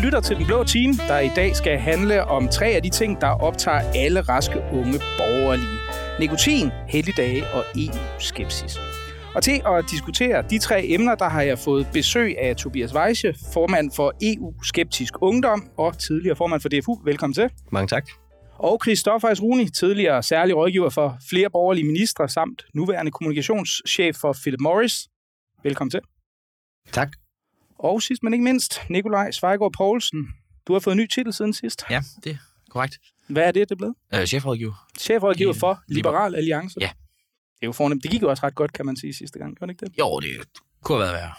lytter til Den Blå Time, der i dag skal handle om 3 af de ting, der optager alle raske unge borgerlige. Nikotin, helligdage og EU-skepsis. Og til at diskutere de 3 emner, der har jeg fået besøg af Tobias Weische, formand for EU-skeptisk ungdom og tidligere formand for DFU. Velkommen til. Mange tak. Og Christoffer Asruni, tidligere særlig rådgiver for flere borgerlige ministre, samt nuværende kommunikationschef for Philip Morris. Velkommen til. Tak. Og sidst men ikke mindst, Nikolaj Svejgaard Poulsen. Du har fået en ny titel siden sidst. Ja, det er korrekt. Hvad er det blevet? Chefrådgiver. Chefrådgiver for Liberal Alliance. Ja. Det er jo fornemt. Det gik jo også ret godt, kan man sige, sidste gang. Gjorde det ikke det? Jo, det kunne have været værre.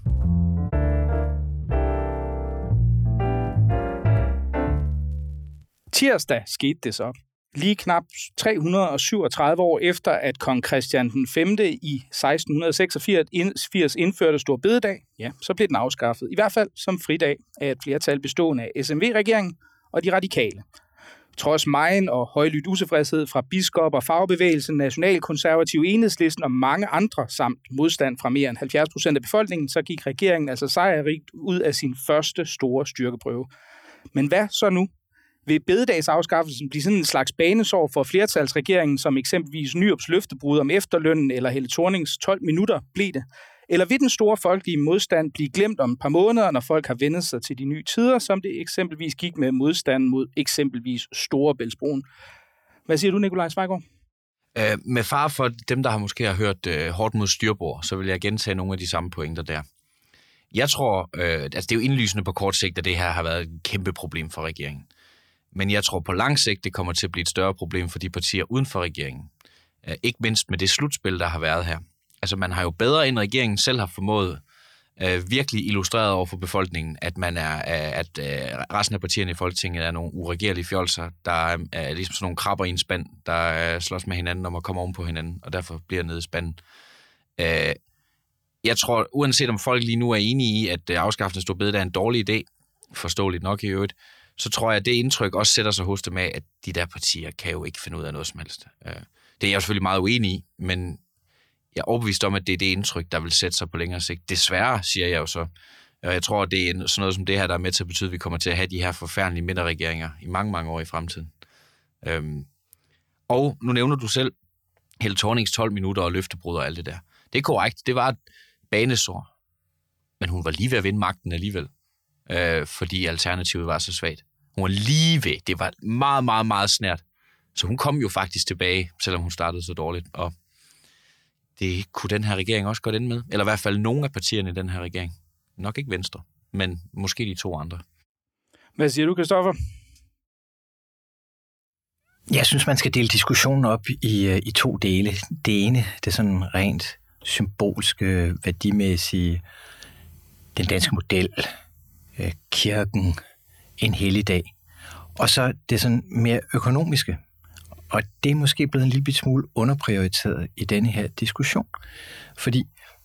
Tirsdag skete det så. Lige knap 337 år efter, at kong Christian V i 1686 indførte Store Bededag, ja, så blev den afskaffet. I hvert fald som fridag af et flertal bestående af SMV-regeringen og de radikale. Trods megen og højlydt utilfredshed fra biskopper, fagbevægelsen, nationalkonservative Enhedslisten og mange andre, samt modstand fra mere end 70% af befolkningen, så gik regeringen altså sejrrigt ud af sin første store styrkeprøve. Men hvad så nu? Vil bededagsafskaffelsen blive sådan en slags banesår for flertalsregeringen, som eksempelvis Nyrups løftebrud om efterlønnen eller Helle Thornings 12 minutter blev det? Eller vil den store folkelige modstand blive glemt om et par måneder, når folk har vendt sig til de nye tider, som det eksempelvis gik med modstanden mod eksempelvis Storebæltsbroen? Hvad siger du, Nikolaj Svejgaard? Med far for dem, der måske har hørt hårdt mod styrbord, så vil jeg gentage nogle af de samme pointer der. Jeg tror, det er jo indlysende på kort sigt, at det her har været et kæmpe problem for regeringen. Men jeg tror på lang sigt, det kommer til at blive et større problem for de partier uden for regeringen. Ikke mindst med det slutspil, der har været her. Altså man har jo bedre end regeringen selv har formået virkelig illustreret over for befolkningen, at resten af partierne i Folketinget er nogle uregerlige fjolser, der er ligesom sådan nogle krabber i en spand, der slås med hinanden om at komme oven på hinanden, og derfor bliver nede i spanden. Jeg tror, uanset om folk lige nu er enige i, at afskaffelsen af Store Bededag er en dårlig idé, forståeligt nok i øvrigt, så tror jeg, at det indtryk også sætter sig hos dem af, at de der partier kan jo ikke finde ud af noget som helst. Det er jeg jo selvfølgelig meget uenig i, men jeg er overbevist om, at det er det indtryk, der vil sætte sig på længere sigt. Desværre, siger jeg jo så. Og jeg tror, at det er sådan noget som det her, der er med til at betyde, at vi kommer til at have de her forfærdelige midterregeringer i mange, mange år i fremtiden. Og nu nævner du selv Helle Thornings 12 minutter og løftebrud og alt det der. Det er korrekt. Det var et banesår. Men hun var lige ved at vinde magten alligevel. Fordi alternativet var så svagt. Hun var lige ved. Det var meget, meget, meget snært. Så hun kom jo faktisk tilbage, selvom hun startede så dårligt. Og det kunne den her regering også godt ende med. Eller i hvert fald nogle af partierne i den her regering. Nok ikke Venstre, men måske de 2 andre. Hvad siger du, Christoffer? Jeg synes, man skal dele diskussionen op i 2 dele. Det ene, det er sådan rent symbolske, værdimæssige, den danske model, kirken, en helligdag. Og så det sådan mere økonomiske. Og det er måske blevet en lille smule underprioriteret i denne her diskussion. Fordi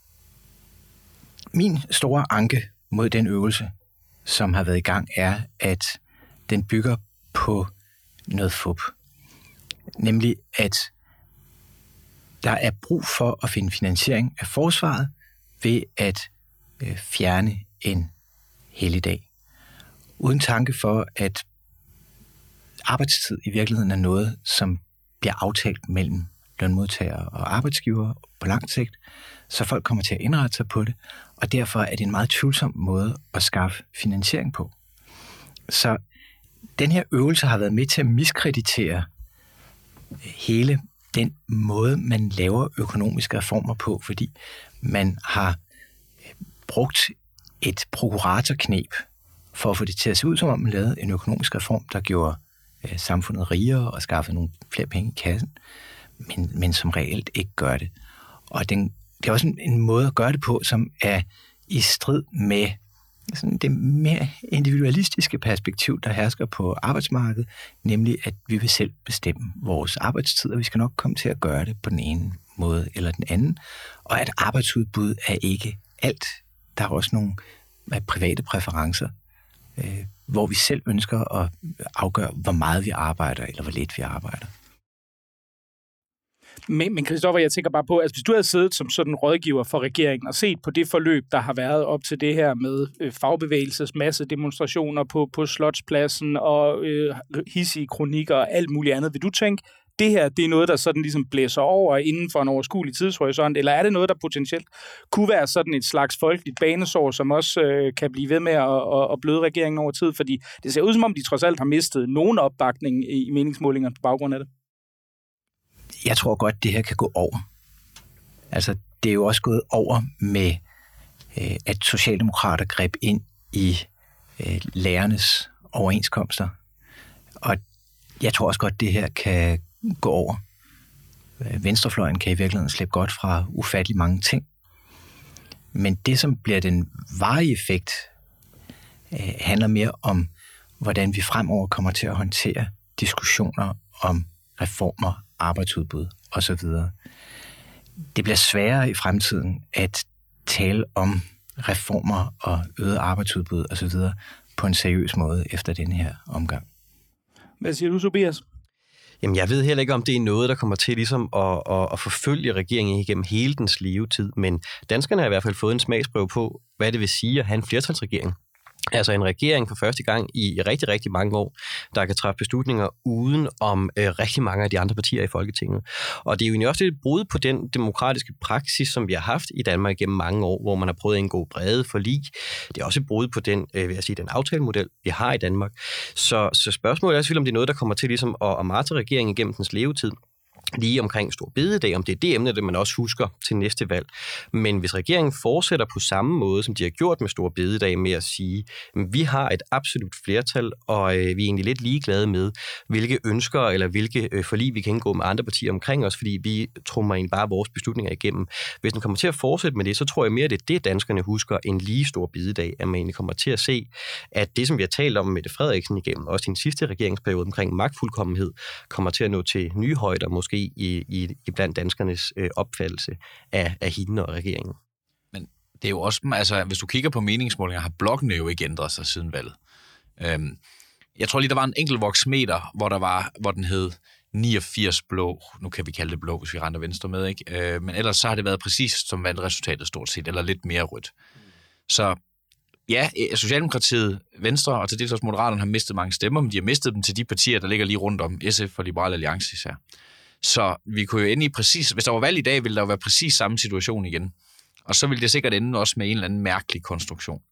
min store anke mod den øvelse, som har været i gang, er, at den bygger på noget fup. Nemlig, at der er brug for at finde finansiering af forsvaret ved at fjerne en helligdag. Uden tanke for, at arbejdstid i virkeligheden er noget, som bliver aftalt mellem lønmodtagere og arbejdsgivere på lang sigt, så folk kommer til at indrette sig på det, og derfor er det en meget tvivlsom måde at skaffe finansiering på. Så den her øvelse har været med til at miskreditere hele den måde, man laver økonomiske reformer på, fordi man har brugt et prokuratorkneb for at få det til at se ud, som om man lavede en økonomisk reform, der gjorde samfundet rigere og skaffede nogle flere penge i kassen, men som reelt ikke gør det. Og det er også en måde at gøre det på, som er i strid med sådan det mere individualistiske perspektiv, der hersker på arbejdsmarkedet, nemlig at vi vil selv bestemme vores arbejdstid, og vi skal nok komme til at gøre det på den ene måde eller den anden, og at arbejdsudbud er ikke alt. Der er også nogle private præferencer, hvor vi selv ønsker at afgøre, hvor meget vi arbejder, eller hvor lidt vi arbejder. Men Christoffer, jeg tænker bare på, at hvis du havde siddet som sådan rådgiver for regeringen og set på det forløb, der har været op til det her med fagbevægelses masse demonstrationer på Slotspladsen og hissige kronikker og alt muligt andet, vil du tænke, det her, det er noget, der sådan ligesom blæser over inden for en overskuelig tidshorisont, eller er det noget, der potentielt kunne være sådan et slags folkeligt banesår, som også kan blive ved med at bløde regeringen over tid? Fordi det ser ud som om, de trods alt har mistet nogen opbakning i meningsmålinger på baggrund af det. Jeg tror godt, det her kan gå over. Altså, det er jo også gået over med, at socialdemokrater greb ind i lærernes overenskomster. Og jeg tror også godt, det her kan gå over. Venstrefløjen kan i virkeligheden slippe godt fra ufattelig mange ting. Men det, som bliver den varige effekt, handler mere om, hvordan vi fremover kommer til at håndtere diskussioner om reformer, arbejdsudbud osv. Det bliver sværere i fremtiden at tale om reformer og øget arbejdsudbud osv. på en seriøs måde efter den her omgang. Hvad siger du, Tobias? Jamen, jeg ved heller ikke, om det er noget, der kommer til ligesom at forfølge regeringen igennem hele dens levetid, men danskerne har i hvert fald fået en smagsprøve på, hvad det vil sige at have en flertalsregering. Altså en regering for første gang i rigtig, rigtig mange år, der kan træffe beslutninger uden om rigtig mange af de andre partier i Folketinget. Og det er jo egentlig også et brud på den demokratiske praksis, som vi har haft i Danmark gennem mange år, hvor man har prøvet at indgå brede forlig. Det er også et brud på den, den aftalemodel, vi har i Danmark. Så spørgsmålet er selvfølgelig, om det er noget, der kommer til ligesom at martre regeringen igennem dens levetid. Lige omkring Store Bededag, om det er det emne, det man også husker til næste valg. Men hvis regeringen fortsætter på samme måde, som de har gjort med Store Bededag, med at sige, at vi har et absolut flertal, og vi er egentlig lidt ligeglade med, hvilke ønsker eller hvilke forlig vi kan indgå med andre partier omkring os, fordi vi trummer egentlig bare vores beslutninger igennem. Hvis den kommer til at fortsætte med det, så tror jeg mere, at det er det, danskerne husker en lige Store Bededag, at man egentlig kommer til at se, at det, som vi har talt om med Mette Frederiksen igennem, også i den sidste regeringsperiode omkring magtfuldkommenhed, kommer til at nå til nye højder, måske i blandt danskernes opfattelse af hende og regeringen. Men det er jo også, altså hvis du kigger på meningsmålinger, har blokkene jo ikke ændret sig siden valget. Jeg tror lige, der var en enkelt voksmeter, hvor den hed 89 blå. Nu kan vi kalde det blå, hvis vi render venstre med, ikke? Men ellers så har det været præcis som valgresultatet stort set, eller lidt mere rødt. Så ja, Socialdemokratiet, Venstre og til dels også Moderaterne har mistet mange stemmer, men de har mistet dem til de partier, der ligger lige rundt om, SF og Liberal Alliance især. Så vi kunne jo ende i præcis, hvis der var valg i dag, ville der jo være præcis samme situation igen. Og så ville det sikkert ende også med en eller anden mærkelig konstruktion.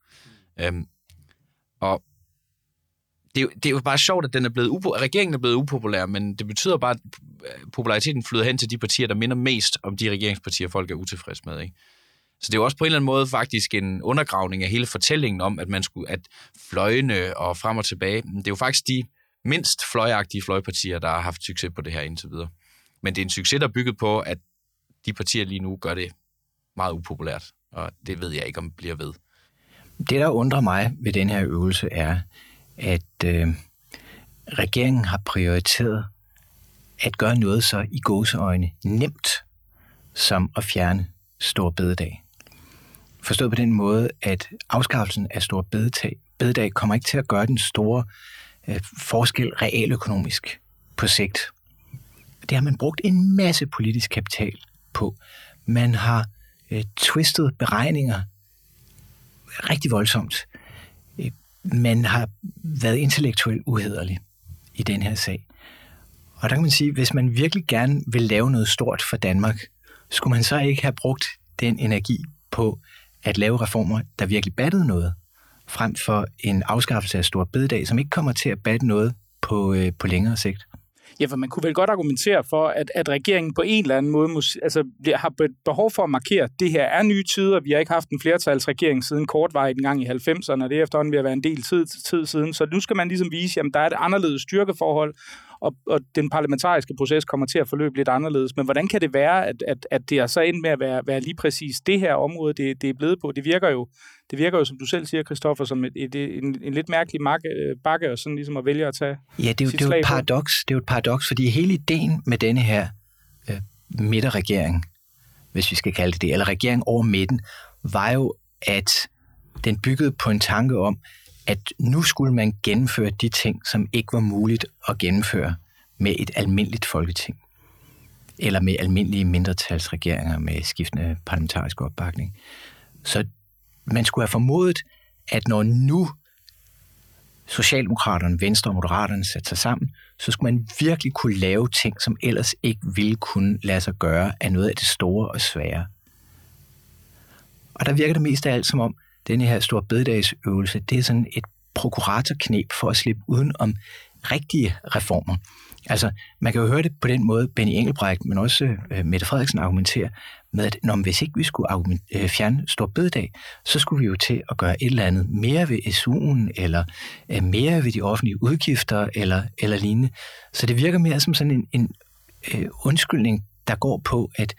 Og det er jo bare sjovt, at regeringen er blevet upopulær, men det betyder bare, at populariteten flyder hen til de partier, der minder mest om de regeringspartier, folk er utilfredse med, ikke? Så det er jo også på en eller anden måde faktisk en undergravning af hele fortællingen om, at fløjene og frem og tilbage, det er jo faktisk de mindst fløjagtige fløjpartier, der har haft succes på det her indtil videre. Men det er en succes, der er bygget på, at de partier lige nu gør det meget upopulært, og det ved jeg ikke, om bliver ved. Det, der undrer mig ved den her øvelse, er, at regeringen har prioriteret at gøre noget så i gåseøjne nemt, som at fjerne Store Bededag. Forstået på den måde, at afskaffelsen af Store Bededag kommer ikke til at gøre den store forskel realøkonomisk på sigt. Det har man brugt en masse politisk kapital på. Man har twistet beregninger rigtig voldsomt. Man har været intellektuelt uhederlig i den her sag. Og der kan man sige, hvis man virkelig gerne vil lave noget stort for Danmark, skulle man så ikke have brugt den energi på at lave reformer, der virkelig battede noget, frem for en afskaffelse af Store Bededag, som ikke kommer til at batte noget på længere sigt. Ja, for man kunne vel godt argumentere for, at regeringen på en eller anden måde har behov for at markere, at det her er nye tider. Vi har ikke haft en flertalsregering siden kortvarigt en gang i 90'erne, og det er efterhånden ved at være en del tid siden. Så nu skal man ligesom vise, at der er et anderledes styrkeforhold, og den parlamentariske proces kommer til at forløbe lidt anderledes. Men hvordan kan det være, at det er så endt med at være lige præcis det her område, det er blevet på? Det virker jo, som du selv siger, Christoffer, som en lidt mærkelig bakke, og sådan ligesom at vælge at tage. Ja, det er jo et paradoks. Det er jo et paradoks, fordi hele ideen med denne her midterregering, hvis vi skal kalde det, eller regering over midten, var jo, at den byggede på en tanke om, at nu skulle man gennemføre de ting, som ikke var muligt at gennemføre med et almindeligt folketing. eller med almindelige mindretalsregeringer med skiftende parlamentarisk opbakning. Så man skulle have formodet, at når nu Socialdemokraterne, Venstre og Moderaterne satte sig sammen, så skulle man virkelig kunne lave ting, som ellers ikke ville kunne lade sig gøre af noget af det store og svære. Og der virker det mest af alt som om, denne her store bededagsøvelse, det er sådan et prokuratorknep for at slippe uden om rigtige reformer. Altså, man kan jo høre det på den måde, Benny Engelbrecht, men også Mette Frederiksen argumenterer med, at hvis ikke vi skulle fjerne stor bededag, så skulle vi jo til at gøre et eller andet mere ved SU'en, eller mere ved de offentlige udgifter, eller lignende. Så det virker mere som sådan en undskyldning, der går på, at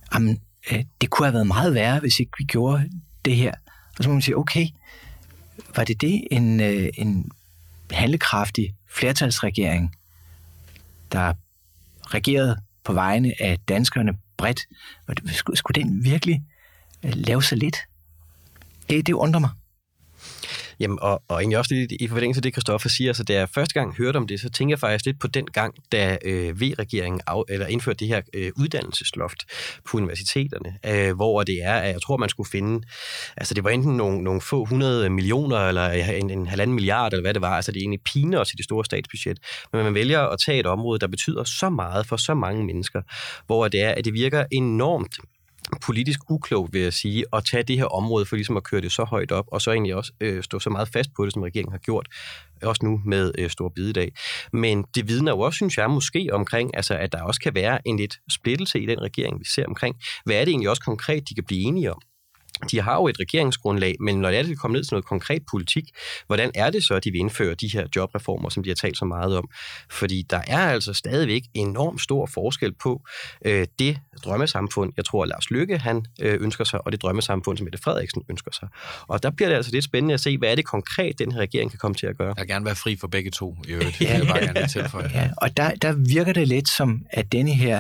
det kunne have været meget værre, hvis ikke vi gjorde det her. Og så må man sige, okay, var det en handlekraftig flertalsregering, der regerede på vegne af danskerne bredt, skulle den virkelig lave sig lidt? Det undrer mig. Jamen, og egentlig også lidt i forlængelse af det, Christoffer siger, så da jeg første gang hørte om det, så tænker jeg faktisk lidt på den gang, da V-regeringen indførte det her uddannelsesloft på universiteterne, hvor det er, at jeg tror, man skulle finde, altså det var enten nogle få 100 millioner, eller en 1,5 milliard, eller hvad det var, altså det er egentlig piner til det store statsbudget, men man vælger at tage et område, der betyder så meget for så mange mennesker, hvor det er, at det virker enormt politisk uklogt, vil jeg sige, at tage det her område for ligesom at køre det så højt op, og så egentlig også stå så meget fast på det, som regeringen har gjort, også nu med Store Bededag. Men det vidner jo også, synes jeg, måske omkring, altså, at der også kan være en lidt splittelse i den regering, vi ser omkring. Hvad er det egentlig også konkret, de kan blive enige om? De har jo et regeringsgrundlag, men når det kommer ned til noget konkret politik, hvordan er det så, at de vil indføre de her jobreformer, som de har talt så meget om? Fordi der er altså stadigvæk enormt stor forskel på det drømmesamfund, jeg tror, Lars Løkke han ønsker sig, og det drømmesamfund, som Mette Frederiksen ønsker sig. Og der bliver det altså lidt spændende at se, hvad er det konkret, den her regering kan komme til at gøre. Jeg vil gerne være fri for begge to, i øvrigt. Jeg vil bare gerne tilføje. Ja, og der virker det lidt som, at denne her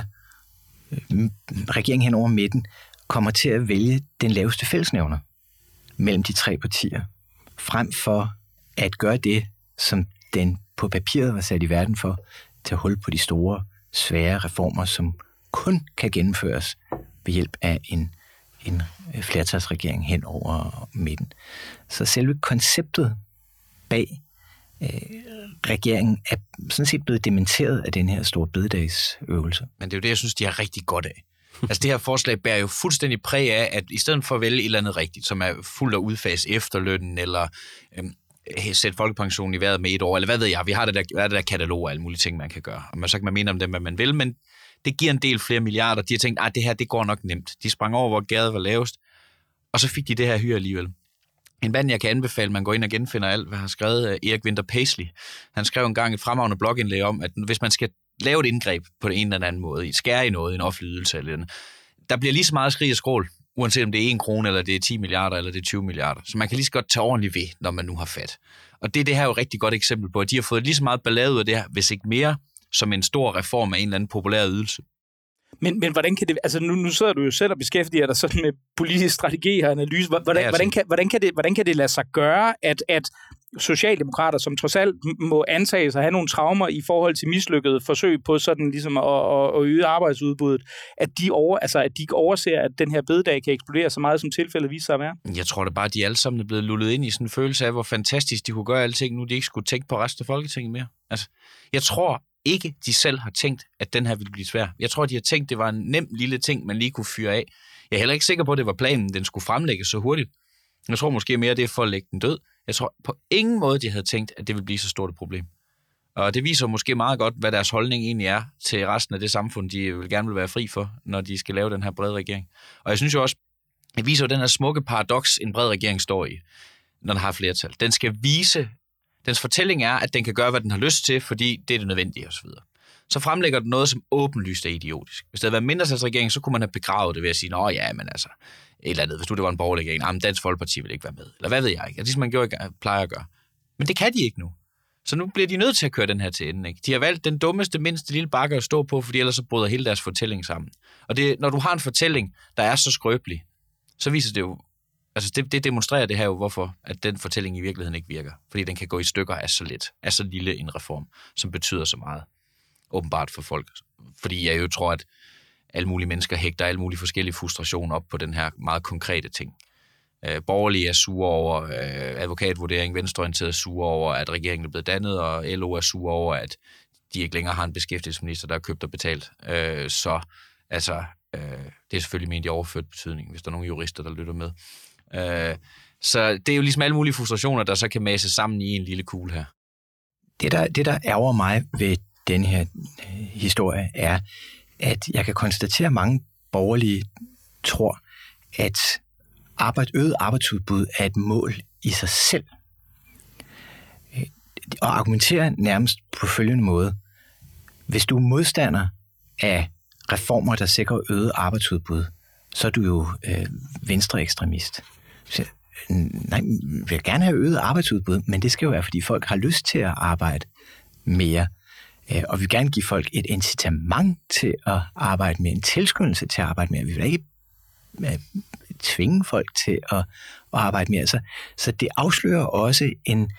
regering hen over midten kommer til at vælge den laveste fællesnævner mellem de tre partier, frem for at gøre det, som den på papiret var sat i verden for, at tage hul på de store, svære reformer, som kun kan gennemføres ved hjælp af en flertalsregering hen over midten. Så selve konceptet bag regeringen er sådan set blevet dementeret af den her store bededagsøvelse. Men det er jo det, jeg synes, de har rigtig godt af. Altså det her forslag bærer jo fuldstændig præg af, at i stedet for at vælge et eller andet rigtigt, som er fuldt af udfase efterlønnen, eller sætte folkepensionen i vejret med 1 år, eller hvad ved jeg, vi har det der katalog af alle mulige ting, man kan gøre. Og så kan man mene om dem, hvad man vil, men det giver en del flere milliarder. De har tænkt, det her, det går nok nemt. De sprang over, hvor gade var lavest, og så fik de det her hyre alligevel. En mand, jeg kan anbefale, man går ind og genfinder alt, hvad har skrevet Erik Winther Paisley. Han skrev engang et fremragende blogindlæg om, at hvis man skal lave et indgreb på en eller anden måde, skære i noget, en offentlig ydelse eller andet, der bliver lige så meget skrig og skrål, uanset om det er 1 krone, eller det er 10 milliarder, eller det er 20 milliarder. Så man kan lige så godt tage ordentligt ved, når man nu har fat. Og det her er jo et rigtig godt eksempel på, at de har fået lige så meget ballade ud af det her, hvis ikke mere, som en stor reform af en eller anden populær ydelse. Men hvordan kan det, altså nu sidder du jo selv og beskæftiger dig sådan med politisk strategi og analyse. Hvordan kan det lade sig gøre, at socialdemokrater, som trods alt må antages at have nogle traumer i forhold til mislykkede forsøg på sådan ligesom at øge arbejdsudbuddet, at de overser, at den her bededag kan eksplodere så meget, som tilfældet viser sig at være? Jeg tror da bare, at de alle sammen er blevet lullet ind i sådan en følelse af, hvor fantastisk de kunne gøre alting, nu de ikke skulle tænke på resten af Folketinget mere. Altså, jeg tror ikke, de selv har tænkt, at den her ville blive svær. Jeg tror, de har tænkt, det var en nem lille ting, man lige kunne fyre af. Jeg er heller ikke sikker på, at det var planen, den skulle fremlægges så hurtigt. Jeg tror måske mere, det er for at lægge den død. Jeg tror på ingen måde, de havde tænkt, at det ville blive så stort et problem. Og det viser måske meget godt, hvad deres holdning egentlig er til resten af det samfund, de gerne vil være fri for, når de skal lave den her brede regering. Og jeg synes jo også, det viser jo den her smukke paradoks, en bred regering står i, når den har flertal. Den skal vise, dens fortælling er, at den kan gøre, hvad den har lyst til, fordi det er det nødvendige osv. Så fremlægger den noget, som åbenlyst er idiotisk. Hvis det havde været en mindretalsregering, så kunne man have begravet det ved at sige, nå ja, men altså, et eller andet, hvis det var en borgerlig regering, men Dansk Folkeparti vil ikke være med, eller hvad ved jeg ikke, ligesom man plejer at gøre. Men det kan de ikke nu. Så nu bliver de nødt til at køre den her til enden, ikke? De har valgt den dummeste, mindste lille bakke at stå på, fordi ellers så bryder hele deres fortælling sammen. Og det, når du har en fortælling, der er så skrøbelig, så viser det jo, altså det demonstrerer det her jo, hvorfor at den fortælling i virkeligheden ikke virker. Fordi den kan gå i stykker af så lidt, af så lille en reform, som betyder så meget, åbenbart for folk. Fordi jeg jo tror, at alle mulige mennesker hægter alle mulige forskellige frustrationer op på den her meget konkrete ting. Borgerlige er sure over advokatvurdering, venstreorienterede er sure over, at regeringen er blevet dannet, og LO er sure over, at de ikke længere har en beskæftigelsesminister, der er købt og betalt. Så altså, det er selvfølgelig ment i overført betydning, hvis der er nogle jurister, der lytter med. Så det er jo ligesom alle mulige frustrationer, der så kan mase sammen i en lille kugle her. Det, der ærger mig ved den her historie, er, at jeg kan konstatere, at mange borgerlige tror, at øget arbejdsudbud er et mål i sig selv. Og argumenterer nærmest på følgende måde. Hvis du er modstander af reformer, der sikrer øget arbejdsudbud, så er du jo venstreekstremist. Nej, vi vil gerne have øget arbejdsudbud, men det skal jo være, fordi folk har lyst til at arbejde mere. Og vi vil gerne give folk et incitament til at arbejde mere, en tilskyndelse til at arbejde mere. Vi vil ikke tvinge folk til at arbejde mere. Så det afslører også en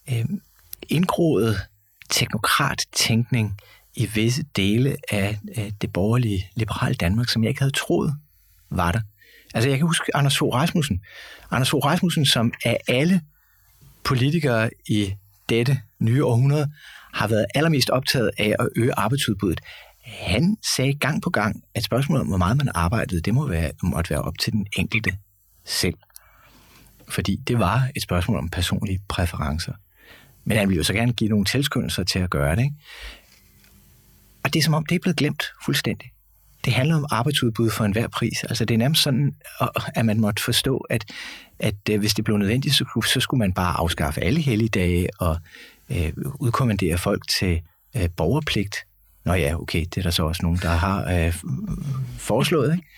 indgroet teknokrattænkning i visse dele af det borgerlige liberale Danmark, som jeg ikke havde troet var der. Altså jeg kan huske Anders Fogh Rasmussen. Anders Fogh Rasmussen, som af alle politikere i dette nye århundrede har været allermest optaget af at øge arbejdsudbuddet. Han sagde gang på gang, at spørgsmålet om, hvor meget man arbejdede, det måtte være op til den enkelte selv. Fordi det var et spørgsmål om personlige præferencer. Men han ville jo så gerne give nogle tilskyndelser til at gøre det, ikke? Og det er som om, det er blevet glemt fuldstændig. Det handler om arbejdsudbud for enhver pris. Altså det er nærmest sådan, at man måtte forstå, at hvis det blev nødvendigt, så skulle man bare afskaffe alle helligdage og udkommandere folk til borgerpligt. Nå ja, okay, det er der så også nogen, der har foreslået, ikke?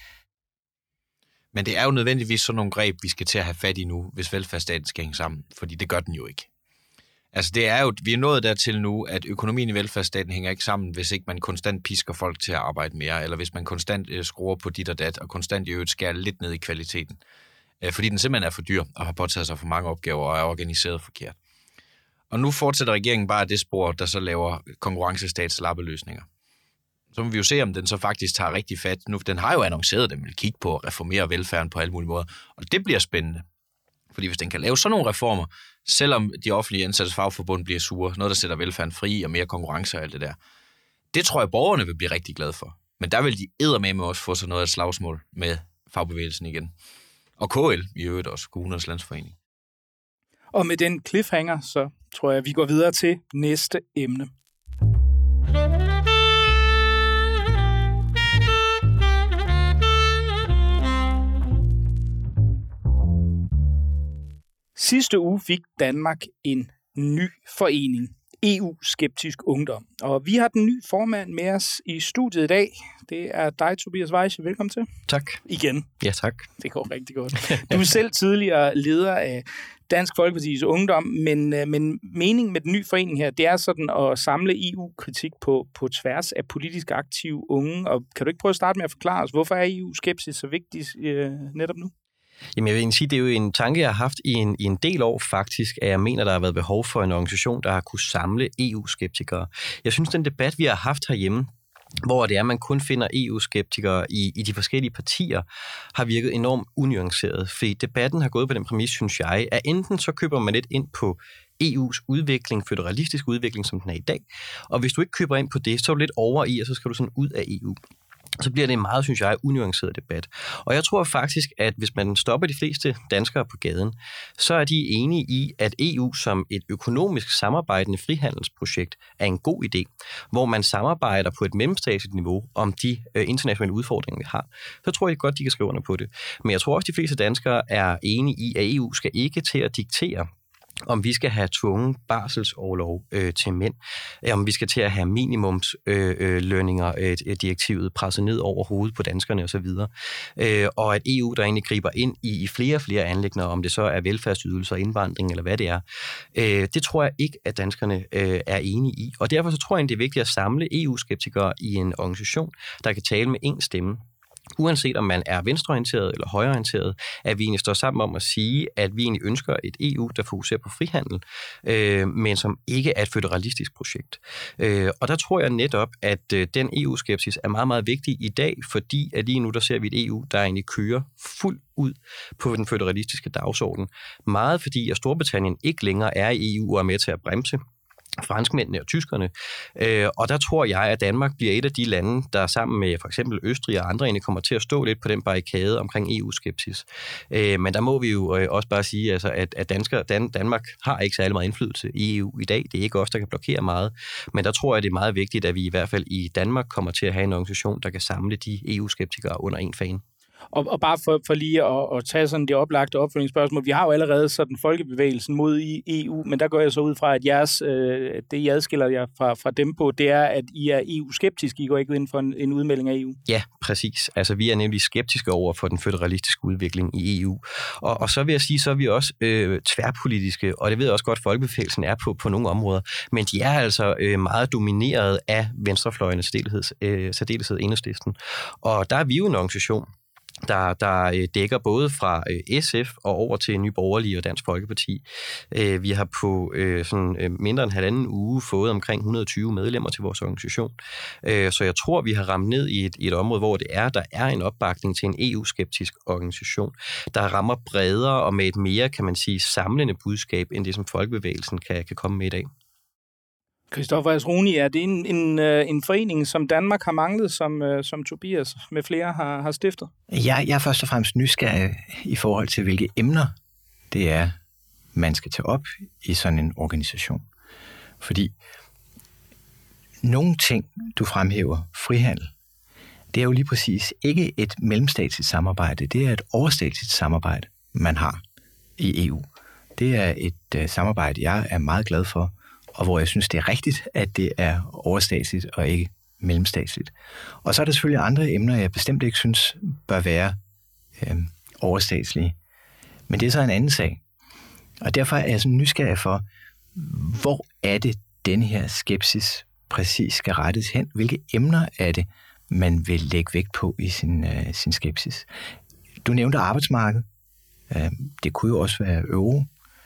Men det er jo nødvendigvis sådan nogle greb, vi skal til at have fat i nu, hvis velfærdsstaten skal hænge sammen, fordi det gør den jo ikke. Altså det er jo, vi er nået dertil nu, at økonomien i velfærdsstaten hænger ikke sammen, hvis ikke man konstant pisker folk til at arbejde mere, eller hvis man konstant skruer på dit og dat, og konstant i øvrigt skærer lidt ned i kvaliteten. Fordi den simpelthen er for dyr, og har påtaget sig for mange opgaver, og er organiseret forkert. Og nu fortsætter regeringen bare det spor, der så laver konkurrencestats lappeløsninger. Så må vi jo se, om den så faktisk tager rigtig fat. Nu, den har jo annonceret, at den vil kigge på at reformere velfærden på alle mulige måder, og det bliver spændende. Fordi hvis den kan lave sådan nogle reformer, selvom de offentlige indsattes fagforbund bliver sure, noget der sætter velfærden fri og mere konkurrence og alt det der, det tror jeg, borgerne vil blive rigtig glade for. Men der vil de eddermame også få sig noget af et slagsmål med fagbevægelsen igen. Og KL i øvrigt også, Kommunernes Landsforening. Og med den cliffhanger, så tror jeg, vi går videre til næste emne. Sidste uge fik Danmark en ny forening, EU-skeptisk ungdom. Og vi har den nye formand med os i studiet i dag. Det er dig, Tobias Weisse. Velkommen til. Tak. Igen. Ja, tak. Det går rigtig godt. Du er selv tidligere leder af Dansk Folkepartis Ungdom, men meningen med den nye forening her, det er sådan at samle EU-kritik på tværs af politisk aktive unge. Og kan du ikke prøve at starte med at forklare os, hvorfor er EU-skepsis så vigtig netop nu? Jamen jeg vil egentlig sige, det er jo en tanke, jeg har haft i en del år faktisk, at jeg mener, der har været behov for en organisation, der har kunne samle EU-skeptikere. Jeg synes, den debat, vi har haft herhjemme, hvor det er, at man kun finder EU-skeptikere i de forskellige partier, har virket enormt unuanceret. Fordi debatten har gået på den præmis, synes jeg, at enten så køber man lidt ind på EU's udvikling, føderalistisk udvikling, som den er i dag, og hvis du ikke køber ind på det, så er du lidt over i, og så skal du sådan ud af EU. Så bliver det en meget, synes jeg, unuanceret debat. Og jeg tror faktisk, at hvis man stopper de fleste danskere på gaden, så er de enige i, at EU som et økonomisk samarbejdende frihandelsprojekt er en god idé, hvor man samarbejder på et mellemstatsligt niveau om de internationale udfordringer, vi har. Så tror jeg godt, de kan skrive under på det. Men jeg tror også, at de fleste danskere er enige i, at EU skal ikke til at diktere, om vi skal have tvungen barselsorlov til mænd, om vi skal til at have minimumslønninger, direktivet presset ned over hovedet på danskerne osv., og at EU, der egentlig griber ind i flere og flere anliggender, om det så er velfærdsydelser, indvandring eller hvad det er, det tror jeg ikke, at danskerne er enige i. Og derfor så tror jeg, det er vigtigt at samle EU-skeptikere i en organisation, der kan tale med én stemme. uanset om man er venstreorienteret eller højreorienteret, at vi egentlig står sammen om at sige, at vi egentlig ønsker et EU, der fokuserer på frihandel, men som ikke er et føderalistisk projekt. Og der tror jeg netop, at den EU-skepsis er meget, meget vigtig i dag, fordi at lige nu der ser vi et EU, der egentlig kører fuldt ud på den føderalistiske dagsorden. Meget fordi, at Storbritannien ikke længere er i EU og er med til at bremse franskmændene og tyskerne. Og der tror jeg, at Danmark bliver et af de lande, der sammen med for eksempel Østrig og andre egentlig kommer til at stå lidt på den barrikade omkring EU-skepsis. Men der må vi jo også bare sige, altså, at Danmark har ikke særlig meget indflydelse i EU i dag. Det er ikke os, der kan blokere meget. Men der tror jeg, det er meget vigtigt, at vi i hvert fald i Danmark kommer til at have en organisation, der kan samle de EU-skeptikere under en fane. Og bare for lige at tage sådan det oplagte opfølgningsspørgsmål. Vi har jo allerede sådan folkebevægelsen mod EU, men der går jeg så ud fra, at det I adskiller jer fra dem på, det er, at I er EU-skeptiske. I går ikke ind for en udmelding af EU. Ja, præcis. Altså vi er nemlig skeptiske over for den føderalistiske udvikling i EU. Og så vil jeg sige, så er vi også tværpolitiske, og det ved jeg også godt, folkebevægelsen er på nogle områder, men de er altså meget domineret af venstrefløjene, særdeleshed Enhedslisten. Og der er vi jo en organisation, der dækker både fra SF og over til Nye Borgerlige og Dansk Folkeparti. Vi har på mindre end halvanden uge fået omkring 120 medlemmer til vores organisation. Så jeg tror, vi har ramt ned i et område, hvor der er en opbakning til en EU-skeptisk organisation, der rammer bredere og med et mere, kan man sige, samlende budskab, end det, som folkebevægelsen kan komme med i dag. Christoffer Asruni, er det en forening, som Danmark har manglet, som Tobias med flere har stiftet? Jeg er først og fremmest nysgerrig i forhold til, hvilke emner det er, man skal tage op i sådan en organisation. Fordi nogle ting, du fremhæver, frihandel, det er jo lige præcis ikke et mellemstatsligt samarbejde, det er et overstatsligt samarbejde, man har i EU. Det er et samarbejde, jeg er meget glad for, og hvor jeg synes, det er rigtigt, at det er overstatsligt og ikke mellemstatsligt. Og så er der selvfølgelig andre emner, jeg bestemt ikke synes bør være overstatslige. Men det er så en anden sag. Og derfor er jeg sådan nysgerrig for, hvor er det, denne her skepsis præcis skal rettes hen? Hvilke emner er det, man vil lægge vægt på i sin skepsis? Du nævnte arbejdsmarkedet. Det kunne jo også være euro.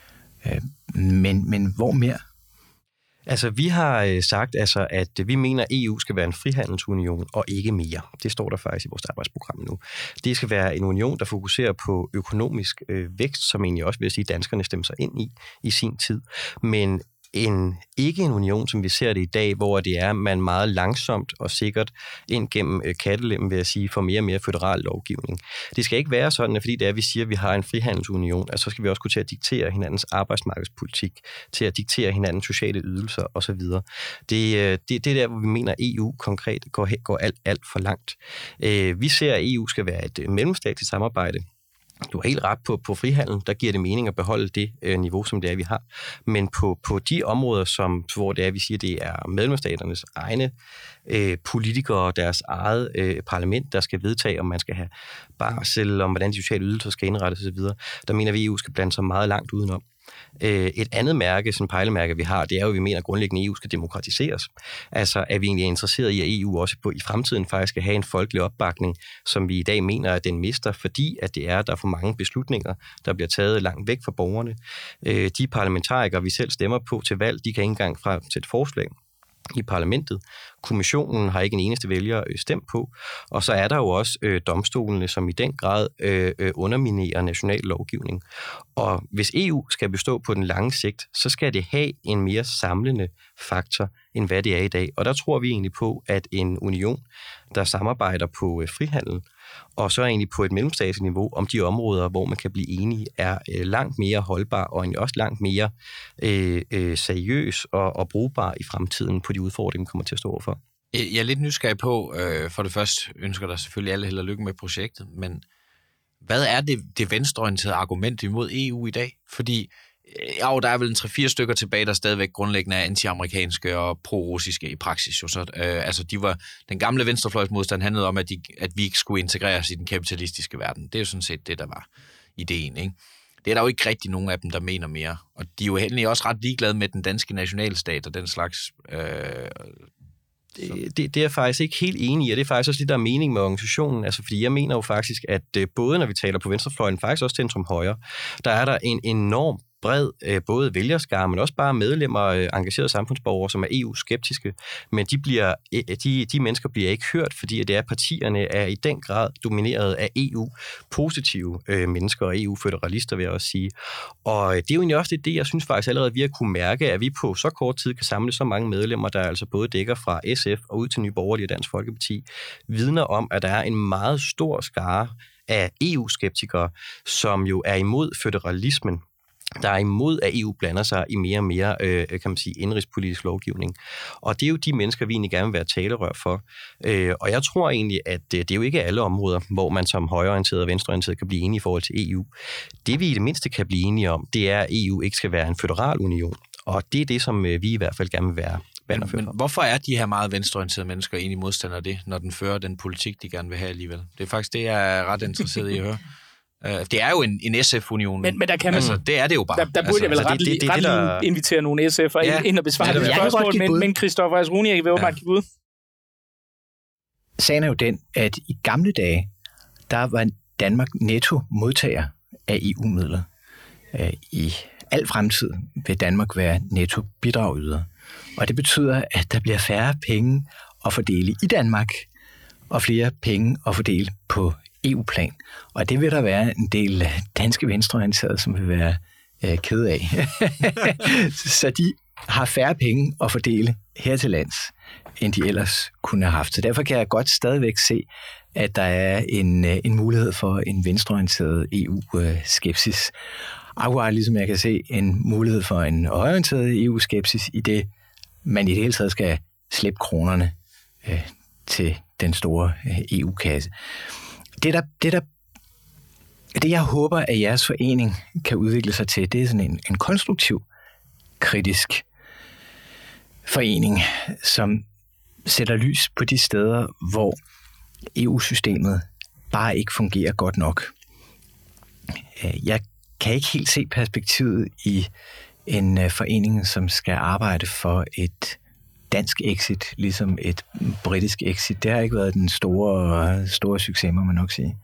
Men hvor mere? Altså, vi har sagt, at vi mener, at EU skal være en frihandelsunion og ikke mere. Det står der faktisk i vores arbejdsprogram nu. Det skal være en union, der fokuserer på økonomisk vækst, som egentlig også vil sige, at danskerne stemmer sig ind i sin tid. Men ikke en union, som vi ser det i dag, hvor det er, man meget langsomt og sikkert ind gennem kattelemmen, vil jeg sige, får mere og mere føderal lovgivning. Det skal ikke være sådan, at fordi det er, at vi siger, at vi har en frihandelsunion, at så skal vi også kunne til at diktere hinandens arbejdsmarkedspolitik, til at diktere hinandens sociale ydelser osv. Det er der, hvor vi mener, at EU konkret går alt for langt. Vi ser, at EU skal være et mellemstatsligt samarbejde. Du har helt ret på frihandel, der giver det mening at beholde det niveau, som det er, vi har. Men på de områder, hvor det er, vi siger, det er medlemsstaternes egne politikere og deres eget parlament, der skal vedtage, om man skal have barsel, om hvordan de sociale ydelser skal indrettes osv., der mener vi, at EU skal blande sig meget langt udenom. Et andet mærke, som pejlemærke vi har, det er jo, at vi mener, at grundlæggende EU skal demokratiseres. Altså, at vi egentlig er interesseret i, at EU også i fremtiden faktisk skal have en folkelig opbakning, som vi i dag mener, at den mister, fordi at der er for mange beslutninger, der bliver taget langt væk fra borgerne. De parlamentarikere, vi selv stemmer på til valg, de kan ikke engang frem til et forslag i parlamentet. Kommissionen har ikke en eneste vælger stemt på, og så er der jo også domstolene, som i den grad underminerer national lovgivning. Og hvis EU skal bestå på den lange sigt, så skal det have en mere samlende faktor, end hvad det er i dag. Og der tror vi egentlig på, at en union, der samarbejder på frihandel, og så egentlig på et mellemstatsligt niveau om de områder, hvor man kan blive enige, er langt mere holdbar og egentlig også langt mere seriøs og brugbar i fremtiden på de udfordringer, vi kommer til at stå overfor. Jeg er lidt nysgerrig på, for det første ønsker der selvfølgelig alle held og lykke med projektet, men hvad er det venstreorienterede argument imod EU i dag? Fordi der er vel en 3-4 stykker tilbage, der stadigvæk grundlæggende er anti-amerikanske og pro-russiske i praksis. Jo. Så den gamle venstrefløjsmodstand handlede om, at vi ikke skulle integreres i den kapitalistiske verden. Det er jo sådan set det, der var ideen, ikke? Det er der jo ikke rigtig nogen af dem, der mener mere. Og de er jo egentlig også ret ligeglade med den danske nationalstat og den slags Det er jeg faktisk ikke helt enig i, og det er faktisk også det, der er mening med organisationen. Altså, fordi jeg mener jo faktisk, at både når vi taler på venstrefløjen, faktisk også centrum højre, der er der en enorm bred både vælgerskare, men også bare medlemmer, engagerede samfundsborgere, som er EU-skeptiske, men de mennesker bliver ikke hørt, fordi at det er partierne er i den grad domineret af EU-positive mennesker og EU-føderalister, vil jeg også sige. Og det er jo egentlig også det, jeg synes faktisk allerede, vi har kunne mærke, at vi på så kort tid kan samle så mange medlemmer, der altså både dækker fra SF og ud til Nye Borgerlige og Dansk Folkeparti, vidner om, at der er en meget stor skare af EU-skeptikere, som jo er imod føderalismen, der er imod, at EU blander sig i mere og mere, kan man sige, indrigspolitisk lovgivning. Og det er jo de mennesker, vi egentlig gerne vil være talerør for. Og jeg tror egentlig, at det er jo ikke alle områder, hvor man som højreorienteret og venstreorienteret kan blive enige i forhold til EU. Det vi i det mindste kan blive enige om, det er, at EU ikke skal være en føderal union. Og det er det, som vi i hvert fald gerne vil være. Men hvorfor er de her meget venstreorienterede mennesker egentlig modstandere af det, når den fører den politik, de gerne vil have alligevel? Det er faktisk det, jeg er ret interesseret i at høre. Det er jo en SF-union. Men der kan man, altså, det er det jo bare. Der burde jeg vel ret invitere nogle SF'er ind og besvare det spørgsmål, men Christoffer Asruni, jeg vil åbenbart give bud. Sagen er jo den, at i gamle dage, der var Danmark netto modtager af EU-midler. I al fremtid vil Danmark være netto bidragyder. Og det betyder, at der bliver færre penge at fordele i Danmark, og flere penge at fordele på EU-plan. Og det vil der være en del danske venstreorienterede, som vil være ked af. Så de har færre penge at fordele her til lands, end de ellers kunne have haft. Så derfor kan jeg godt stadigvæk se, at der er en mulighed for en venstreorienteret EU-skepsis. Akkurat ligesom jeg kan se en mulighed for en højreorienteret EU-skepsis, i det man i det hele taget skal slippe kronerne til den store EU-kasse. Det, jeg håber, at jeres forening kan udvikle sig til, det er sådan en konstruktiv, kritisk forening, som sætter lys på de steder, hvor EU-systemet bare ikke fungerer godt nok. Jeg kan ikke helt se perspektivet i en forening, som skal arbejde for et dansk exit, ligesom et britisk exit. Det har ikke været den store succes, må man nok sige.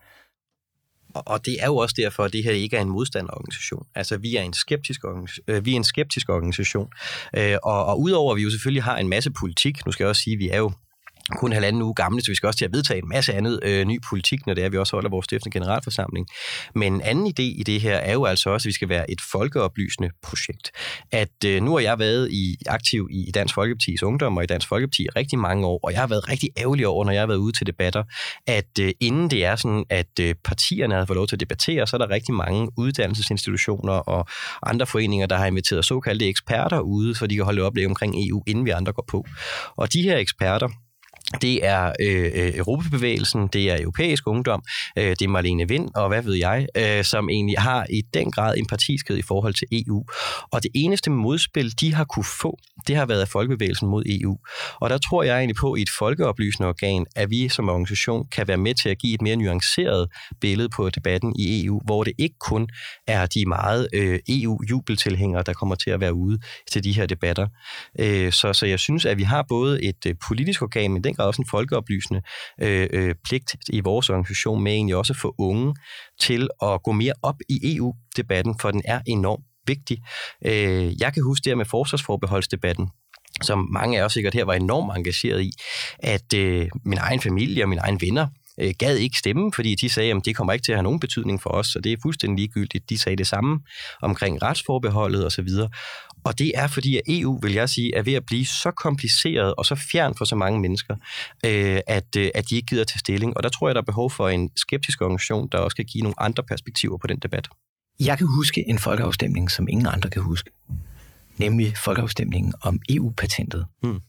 Og det er jo også derfor, at det her ikke er en modstanderorganisation. Altså, vi er en skeptisk organisation. Og udover, at vi jo selvfølgelig har en masse politik, nu skal jeg også sige, at vi er jo kun 1,5 uge gamle, så vi skal også til at vedtage en masse andet ny politik, når det er, vi også holder vores stiftende generalforsamling. Men en anden idé i det her er jo altså også, at vi skal være et folkeoplysende projekt. At nu har jeg været aktiv i Dansk Folkepartis Ungdom og i Dansk Folkeparti i rigtig mange år, og jeg har været rigtig ærgerlig over, når jeg har været ude til debatter, at inden det er sådan, at partierne har fået lov til at debattere, så er der rigtig mange uddannelsesinstitutioner og andre foreninger, der har inviteret såkaldte eksperter ude, så de kan holde oplæg omkring EU, inden vi andre går på. Og de her eksperter, det er Europabevægelsen, det er Europæisk Ungdom, det er Marlene Wind og hvad ved jeg, som egentlig har i den grad en partiskhed i forhold til EU. Og det eneste modspil, de har kunne få, det har været af Folkebevægelsen mod EU. Og der tror jeg egentlig på, i et folkeoplysende organ, at vi som organisation kan være med til at give et mere nuanceret billede på debatten i EU, hvor det ikke kun er de meget EU-jubeltilhængere, der kommer til at være ude til de her debatter. Så jeg synes, at vi har både et politisk organ, men den grad også en folkeoplysende pligt i vores organisation med egentlig også at få unge til at gå mere op i EU-debatten, for den er enormt vigtig. Jeg kan huske det her med forsvarsforbeholdsdebatten, som mange af os sikkert her var enormt engageret i, at min egen familie og mine egne venner gad ikke stemme, fordi de sagde, at det kommer ikke til at have nogen betydning for os, så det er fuldstændig ligegyldigt. De sagde det samme omkring retsforbeholdet osv. Og det er fordi, at EU, vil jeg sige, er ved at blive så kompliceret og så fjern for så mange mennesker, at de ikke gider til stilling. Og der tror jeg, der er behov for en skeptisk organisation, der også kan give nogle andre perspektiver på den debat. Jeg kan huske en folkeafstemning, som ingen andre kan huske. Nemlig folkeafstemningen om EU-patentet.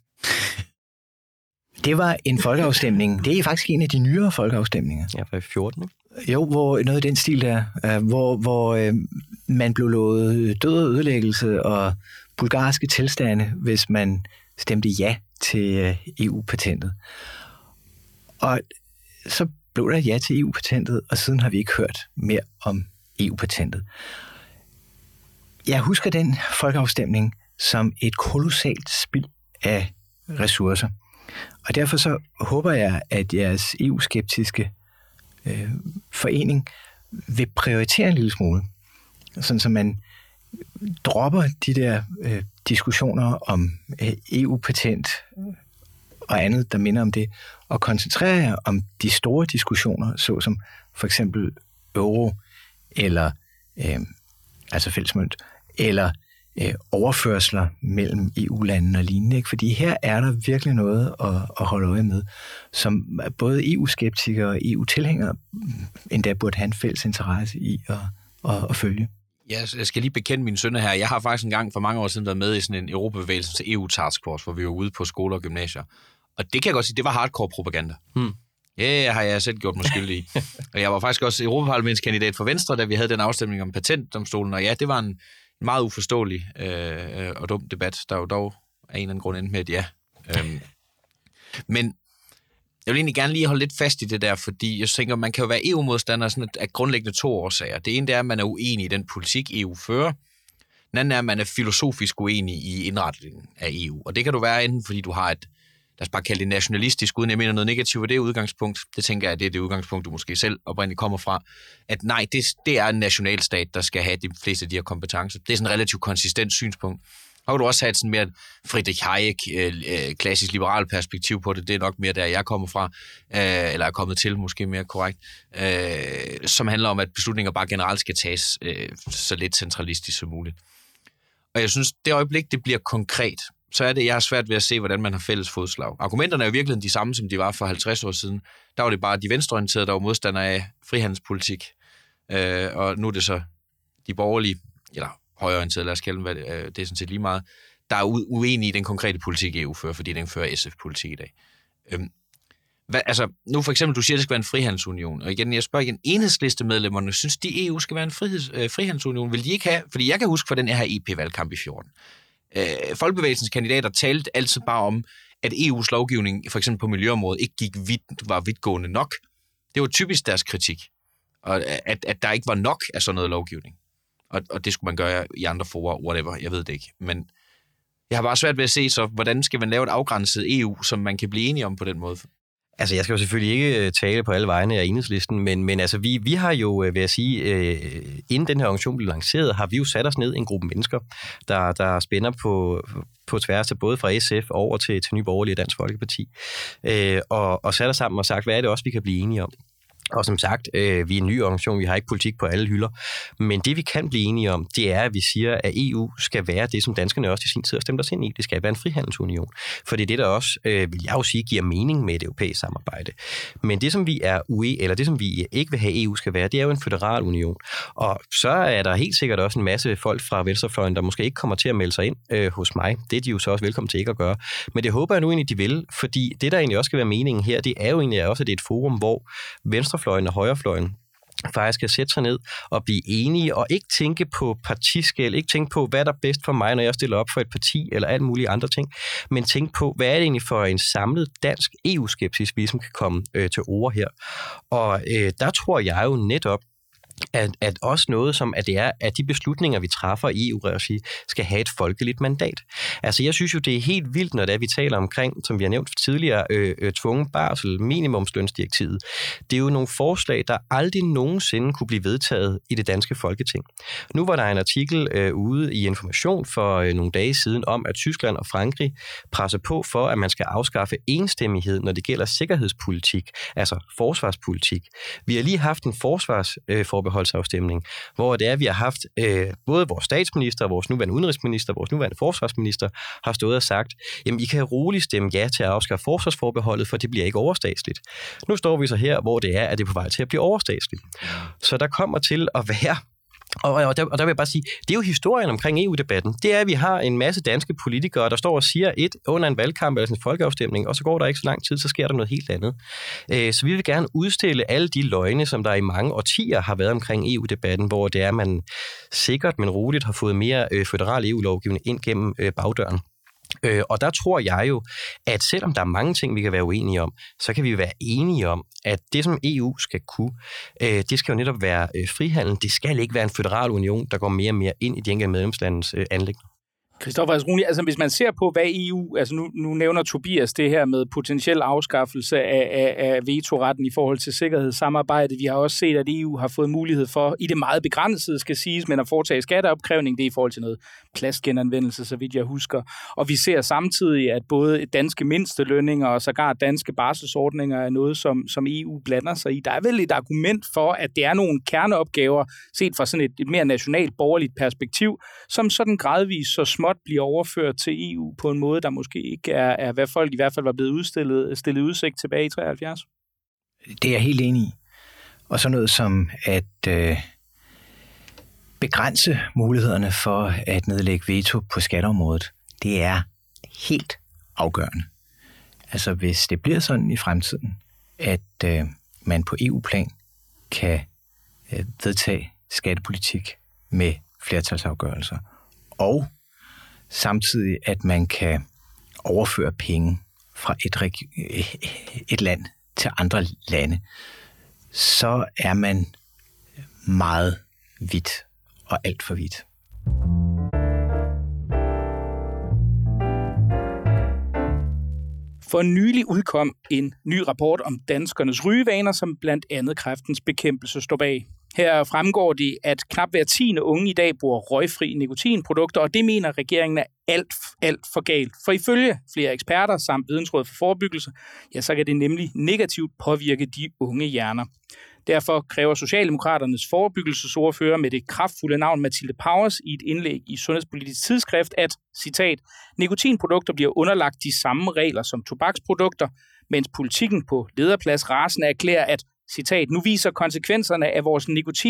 Det var en folkeafstemning. Det er faktisk en af de nyere folkeafstemninger. Ja, fra 14, ikke? Jo, hvor noget af den stil der, hvor man blev lovet død og ødelæggelse og bulgarske tilstande, hvis man stemte ja til EU-patentet. Og så blev der ja til EU-patentet, og siden har vi ikke hørt mere om EU-patentet. Jeg husker den folkeafstemning som et kolossalt spild af ressourcer. Og derfor så håber jeg, at jeres EU-skeptiske forening vil prioritere en lille smule, sådan så man dropper de der diskussioner om EU-patent og andet, der minder om det, og koncentrerer jer om de store diskussioner, såsom for eksempel euro, eller altså fællesmønt, eller overførsler mellem EU-landene og lignende. Ikke? Fordi her er der virkelig noget at holde øje med, som både EU-skeptikere og EU-tilhængere endda burde have en fælles interesse i at følge. Ja, jeg skal lige bekende mine sønner her. Jeg har faktisk en gang for mange år siden været med i sådan en Europabevægelse til EU-taskforce, hvor vi var ude på skoler og gymnasier. Og det kan jeg godt sige, det var hardcore propaganda. Ja, har jeg selv gjort mig skyldig i. Og jeg var faktisk også europaparlamentskandidat for Venstre, da vi havde den afstemning om patentdomstolen. Og ja, det var en meget uforståelig og dum debat, der jo dog af en eller anden grund endte med et ja. Men jeg vil egentlig gerne lige holde lidt fast i det der, fordi jeg tænker, man kan jo være EU-modstander sådan af grundlæggende 2 årsager. Det ene det er, at man er uenig i den politik, EU fører. Den anden er, at man er filosofisk uenig i indretningen af EU. Og det kan du være enten, fordi du har et, lad os bare kalde det nationalistisk, uden jeg mener noget negativt ved det udgangspunkt. Det tænker jeg, det er det udgangspunkt, du måske selv oprindeligt kommer fra. At nej, det er en nationalstat, der skal have de fleste af de her kompetencer. Det er sådan et relativt konsistent synspunkt. Og kan du også have et sådan mere Friedrich Hayek, klassisk liberal perspektiv på det. Det er nok mere der, jeg kommer fra, eller er kommet til, måske mere korrekt, som handler om, at beslutninger bare generelt skal tages så lidt centralistisk som muligt. Og jeg synes, det øjeblik, det bliver konkret, så er det, jeg har svært ved at se, hvordan man har fælles fodslag. Argumenterne er jo virkelig de samme, som de var for 50 år siden. Der var det bare de venstreorienterede, der var modstandere af frihandelspolitik. Og nu er det så de borgerlige, eller højreorienterede, lad os kalde dem, det er sådan set lige meget, der er uenige i den konkrete politik, EU fører, fordi den fører SF-politik i dag. Nu for eksempel, du siger, at det skal være en frihandelsunion, og igen, jeg spørger igen, enhedslistemedlemmerne, synes de, EU skal være en frihandelsunion? Vil de ikke have? Fordi jeg kan huske fra den her EP-valgkamp i 14. Folkebevægelsens kandidater talte altid bare om, at EU's lovgivning, for eksempel på miljøområdet, ikke var vidtgående nok. Det var typisk deres kritik, og at der ikke var nok af sådan noget lovgivning. Og det skulle man gøre i andre fora, whatever, jeg ved det ikke. Men jeg har bare svært ved at se, så hvordan skal man lave et afgrænset EU, som man kan blive enige om på den måde? Altså, jeg skal jo selvfølgelig ikke tale på alle vegne af Enhedslisten, men altså, vi har jo, vil jeg sige, inden den her organisation blev lanceret, har vi jo sat os ned en gruppe mennesker, der spænder på tværs af både fra SF over til Nye Borgerlige og Dansk Folkeparti, og sat os sammen og sagt, hvad er det også, vi kan blive enige om? Og som sagt, vi er en ny organisation, vi har ikke politik på alle hylder, men det vi kan blive enige om, det er, at vi siger, at EU skal være det, som danskerne også i sin tid har stemt os ind i. Det skal være en frihandelsunion, for det er det, der også, vil jeg jo sige, giver mening med et europæisk samarbejde. Men det, som vi er eller det, som vi ikke vil have EU skal være, det er jo en føderal union. Og så er der helt sikkert også en masse folk fra venstrefløjen, der måske ikke kommer til at melde sig ind hos mig. Det er de jo så også velkommen til ikke at gøre. Men det håber jeg nu egentlig, de vil, fordi det, der egentlig også skal være meningen her, det er jo egentlig også, at det er et forum, hvor venstrefløjen og højrefløjen faktisk skal sætte sig ned og blive enige, og ikke tænke på partiskel, ikke tænke på, hvad der er bedst for mig, når jeg stiller op for et parti, eller alt mulige andre ting, men tænke på, hvad er det egentlig for en samlet dansk EU-skepsis, vi som kan komme til ord her. Og der tror jeg jo netop, at også noget som, at det er, at de beslutninger, vi træffer i EU-regi, skal have et folkeligt mandat. Altså, jeg synes jo, det er helt vildt, når vi taler omkring, som vi har nævnt tidligere, tvungen barsel, minimumslønsdirektivet. Det er jo nogle forslag, der aldrig nogensinde kunne blive vedtaget i det danske Folketing. Nu var der en artikel ude i Information for nogle dage siden om, at Tyskland og Frankrig presser på for, at man skal afskaffe enstemmighed, når det gælder sikkerhedspolitik, altså forsvarspolitik. Vi har lige haft en forsvarsforbeholdsafstemning, hvor det er, vi har haft både vores statsminister, vores nuværende udenrigsminister, vores nuværende forsvarsminister, har stået og sagt, jamen I kan roligt stemme ja til at afskaffe forsvarsforbeholdet, for det bliver ikke overstatsligt. Nu står vi så her, hvor det er, at det er på vej til at blive overstatsligt. Så der kommer til at være Og der vil jeg bare sige, det er jo historien omkring EU-debatten. Det er, at vi har en masse danske politikere, der står og siger et under en valgkamp eller en folkeafstemning, og så går der ikke så lang tid, så sker der noget helt andet. Så vi vil gerne udstille alle de løgne, som der i mange årtier har været omkring EU-debatten, hvor det er, at man sikkert, men roligt har fået mere føderal EU-lovgivning ind gennem bagdøren. Og der tror jeg jo, at selvom der er mange ting, vi kan være uenige om, så kan vi være enige om, at det, som EU skal kunne, det skal jo netop være frihandel. Det skal ikke være en føderal union, der går mere og mere ind i de enkelte medlemslandes anliggender. Christoffer Asruni, altså hvis man ser på, hvad EU, altså nu nævner Tobias det her med potentiel afskaffelse af vetoretten i forhold til sikkerhedssamarbejdet. Vi har også set, at EU har fået mulighed for, i det meget begrænsede skal siges, men at foretage skatteopkrævning, det er i forhold til noget plastgenanvendelse, så vidt jeg husker. Og vi ser samtidig, at både danske mindstelønninger og sågar danske barselsordninger er noget, som EU blander sig i. Der er vel et argument for, at det er nogle kerneopgaver, set fra sådan et mere nationalt borgerligt perspektiv, som sådan gradvist så småt bliver overført til EU på en måde, der måske ikke er hvad folk i hvert fald var blevet stillet udsigt tilbage i 73. Det er jeg helt enig i. Og så noget som at begrænse mulighederne for at nedlægge veto på skatteområdet, det er helt afgørende. Altså hvis det bliver sådan i fremtiden, at man på EU-plan kan vedtage skattepolitik med flertalsafgørelser, og samtidig at man kan overføre penge fra et land til andre lande, så er man meget vidt og alt for vidt. For nylig udkom en ny rapport om danskernes rygevaner, som blandt andet Kræftens Bekæmpelse står bag. Her fremgår det, at knap hver 10. unge i dag bruger røgfri nikotinprodukter, og det mener regeringen er alt for galt. For ifølge flere eksperter samt Vidensråd for Forebyggelse, ja, så kan det nemlig negativt påvirke de unge hjerner. Derfor kræver Socialdemokraternes forebyggelsesordfører med det kraftfulde navn Mathilde Powers i et indlæg i Sundhedspolitisk Tidsskrift, at, citat, nikotinprodukter bliver underlagt de samme regler som tobaksprodukter, mens politikken på lederplads rasende erklærer, at, citat, nu viser konsekvenserne af vores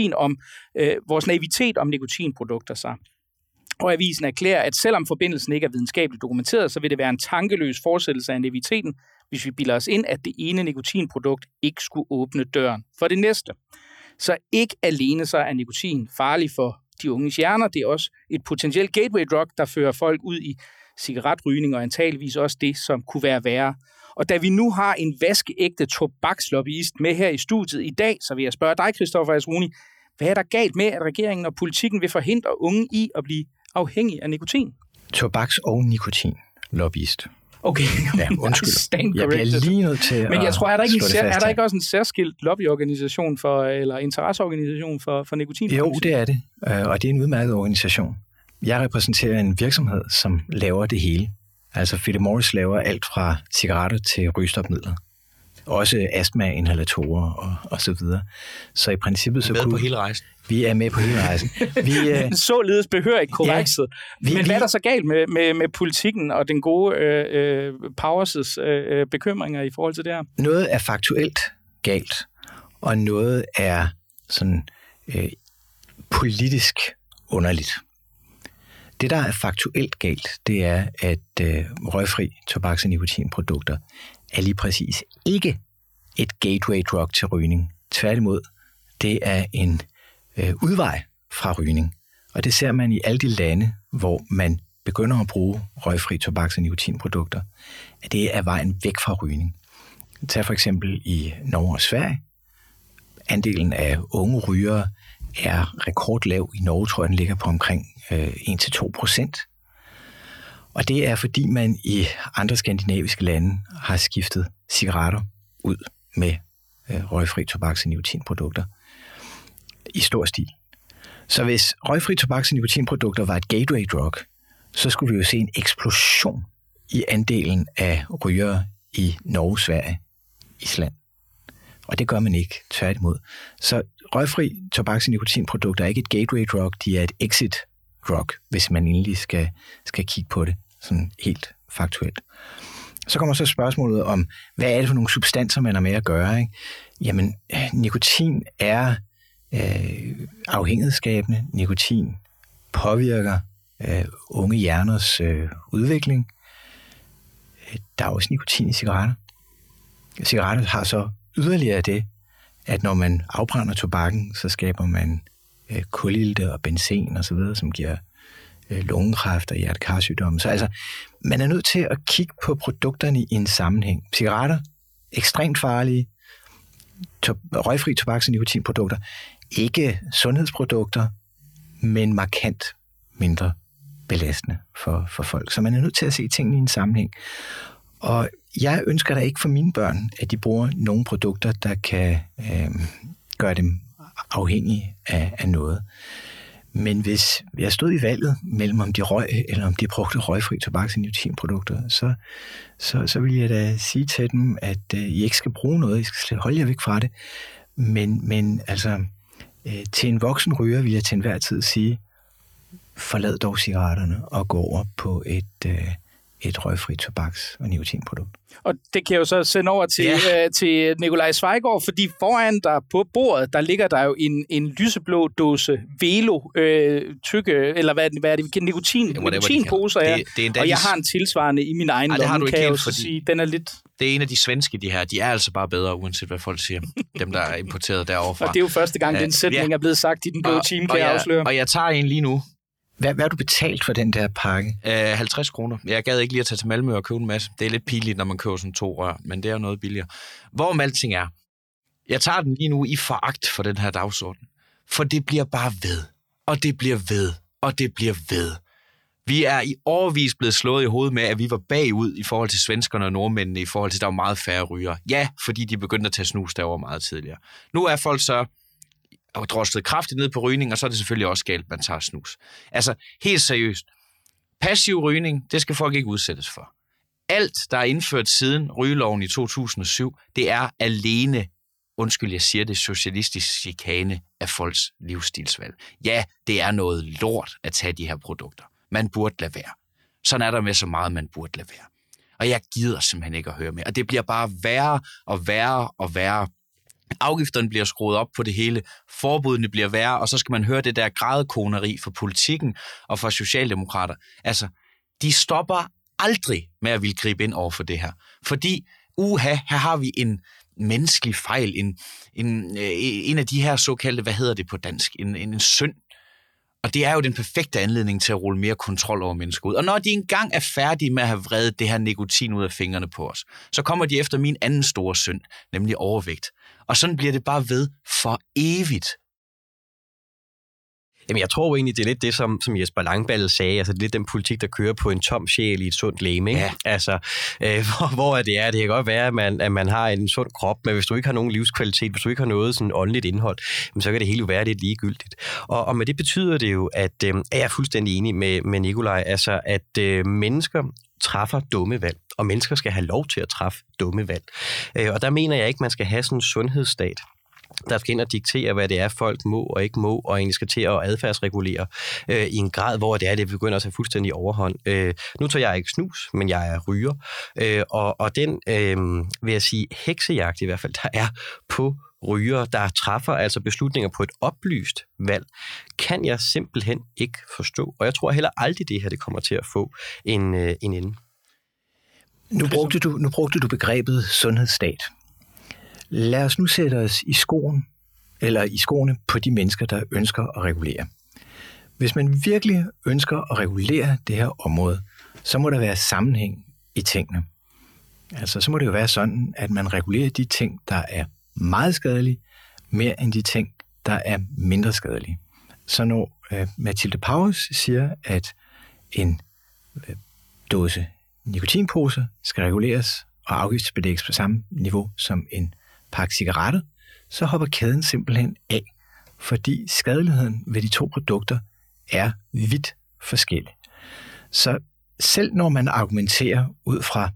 naivitet om nikotinprodukter sig. Og avisen erklærer, at selvom forbindelsen ikke er videnskabeligt dokumenteret, så vil det være en tankeløs fortsættelse af naiviteten, hvis vi bilder os ind, at det ene nikotinprodukt ikke skulle åbne døren for det næste. Så ikke alene så er nikotin farlig for de unges hjerner, det er også et potentielt gateway drug, der fører folk ud i cigaretrygning og antageligvis også det, som kunne være værre. Og da vi nu har en vaskeægte tobakslobbyist med her i studiet i dag, så vil jeg spørge dig, Christoffer Asruni, hvad er der galt med, at regeringen og politikken vil forhindre unge i at blive afhængige af nikotin? Tobaks- og nikotin-lobbyist. Okay, ja, undskyld. Jeg bliver lige nødt til men jeg tror, er der ikke også en særskilt lobbyorganisation eller interesseorganisation for nikotin? Jo, det er det, og det er en udmærket organisation. Jeg repræsenterer en virksomhed, som laver det hele. Altså Philip Morris laver alt fra cigaretter til rygestopmidler. Også astma-inhalatorer og så videre. Så i princippet så kunne... på hele rejsen. Vi er med på hele rejsen. Således behøver ikke korrekset. Ja, men hvad er der så galt med politikken og den gode Powers' bekymringer i forhold til det her? Noget er faktuelt galt, og noget er sådan politisk underligt. Det, der er faktuelt galt, det er, at røgfri tobaks- og nikotinprodukter er lige præcis ikke et gateway drug til rygning. Tværtimod, det er en udvej fra rygning. Og det ser man i alle de lande, hvor man begynder at bruge røgfri tobaks- og nikotinprodukter, at det er vejen væk fra rygning. Tag for eksempel i Norge og Sverige. Andelen af unge rygere er rekordlav. I Norge tror jeg, den ligger på omkring 1-2%. Og det er, fordi man i andre skandinaviske lande har skiftet cigaretter ud med røgfri tobaks- og nikotinprodukter i stor stil. Så hvis røgfri tobaks- og nikotinprodukter var et gateway drug, så skulle vi jo se en eksplosion i andelen af rygere i Norge, Sverige, Island. Og det gør man ikke, tværtimod. Så røgfri tobaks- og nikotinprodukter er ikke et gateway drug, de er et exit drug, hvis man egentlig skal kigge på det sådan helt faktuelt. Så kommer så spørgsmålet om, hvad er det for nogle substanser, man har med at gøre? Ikke? Jamen, nikotin er afhængighedsskabende. Nikotin påvirker unge hjerners udvikling. Der er også nikotin i cigaretter. Cigaretter har så yderligere det, at når man afbrænder tobakken, så skaber man kulilte og benzen og så videre, som giver lungekræft og hjertekarsygdomme. Så altså, man er nødt til at kigge på produkterne i en sammenhæng. Cigaretter, ekstremt farlige. Røgfri tobaks- og nikotinprodukter, ikke sundhedsprodukter, men markant mindre belastende for folk. Så man er nødt til at se tingene i en sammenhæng. Og jeg ønsker da ikke for mine børn, at de bruger nogle produkter, der kan gøre dem afhængige af noget. Men hvis jeg stod i valget mellem om de røg, eller om de brugte røgfri tobaks- og nikotinprodukter, så vil jeg da sige til dem, at I ikke skal bruge noget, I skal slet holde jer væk fra det. Men altså, til en voksen ryger vil jeg til enhver tid sige, forlad dog cigaretterne og gå over på et røgfri tobaks- og nikotinprodukt. Og det kan jeg jo så sende over til Nikolaj Sveigaard, fordi foran dig på bordet, der ligger der jo en lyseblå dåse Velo, tykke, eller hvad er det, nikotinposer her, og jeg har en tilsvarende i min egen lomme, kan jeg jo så sige, den er lidt... Det er en af de svenske, de her. De er altså bare bedre, uanset hvad folk siger. Dem, der er importeret deroverfra. Og det er jo første gang, den sætning er blevet sagt i den blå time, kan jeg afsløre. Og jeg tager en lige nu. Hvad har du betalt for den der pakke? 50 kroner. Jeg gad ikke lige at tage til Malmø og købe en masse. Det er lidt pinligt, når man køber sådan 2 rør, men det er jo noget billigere. Hvorom alting er, jeg tager den lige nu i foragt for den her dagsorden. For det bliver bare ved. Og det bliver ved. Og det bliver ved. Vi er i årevis blevet slået i hovedet med, at vi var bagud i forhold til svenskerne og nordmændene, i forhold til, at der var meget færre ryger. Ja, fordi de begyndte at tage snus derovre meget tidligere. Nu er folk så droslet kraftigt ned på rygning, og så er det selvfølgelig også galt, at man tager snus. Altså, helt seriøst. Passiv rygning, det skal folk ikke udsættes for. Alt, der er indført siden rygeloven i 2007, det er alene, undskyld, jeg siger det, socialistisk chikane af folks livsstilsvalg. Ja, det er noget lort at tage de her produkter. Man burde lade være. Sådan er der med så meget, man burde lade være. Og jeg gider simpelthen ikke at høre mere. Og det bliver bare værre og værre og værre. Afgifterne bliver skruet op på det hele, forbudene bliver værre, og så skal man høre det der grædekoneri for politikken og for socialdemokrater. Altså, de stopper aldrig med at ville gribe ind over for det her. Fordi, her har vi en menneskelig fejl, en af de her såkaldte, hvad hedder det på dansk, en synd. Og det er jo den perfekte anledning til at rulle mere kontrol over mennesker ud. Og når de engang er færdige med at have vredet det her nikotin ud af fingrene på os, så kommer de efter min anden store synd, nemlig overvægt. Og sådan bliver det bare ved for evigt. Jamen, jeg tror jo egentlig, det er lidt det, som Jesper Langballe sagde, altså lidt den politik, der kører på en tom sjæl i et sundt legeme, ikke? Ja. Altså, hvor er det? Det kan godt være, at man har en sund krop, men hvis du ikke har nogen livskvalitet, hvis du ikke har noget sådan åndeligt indhold, så kan det hele jo være lidt ligegyldigt. Og med det betyder det jo, at jeg er fuldstændig enig med Nikolaj, altså at mennesker træffer dumme valg, og mennesker skal have lov til at træffe dumme valg. Og der mener jeg ikke, man skal have sådan en sundhedsstat, der skal ind og diktere, hvad det er, folk må og ikke må, og egentlig skal til at adfærdsregulere i en grad, hvor det begynder at tage fuldstændig overhånd. Nu tager jeg ikke snus, men jeg er ryger, og den, vil jeg sige, heksejagt i hvert fald, der er på ryger, der træffer altså beslutninger på et oplyst valg, kan jeg simpelthen ikke forstå. Og jeg tror heller aldrig, det her det kommer til at få en ende. Nu brugte du begrebet sundhedsstat. Lad os nu sætte os i skoene på de mennesker, der ønsker at regulere. Hvis man virkelig ønsker at regulere det her område, så må der være sammenhæng i tingene. Altså, så må det jo være sådan, at man regulerer de ting, der er meget skadelige, mere end de ting, der er mindre skadelige. Så når Mathilde Powers siger, at en dåse nikotinposer skal reguleres og afgiftsbelægges på samme niveau som en pakke cigaretter, så hopper kæden simpelthen af, fordi skadeligheden ved de 2 produkter er vidt forskellig. Så selv når man argumenterer ud fra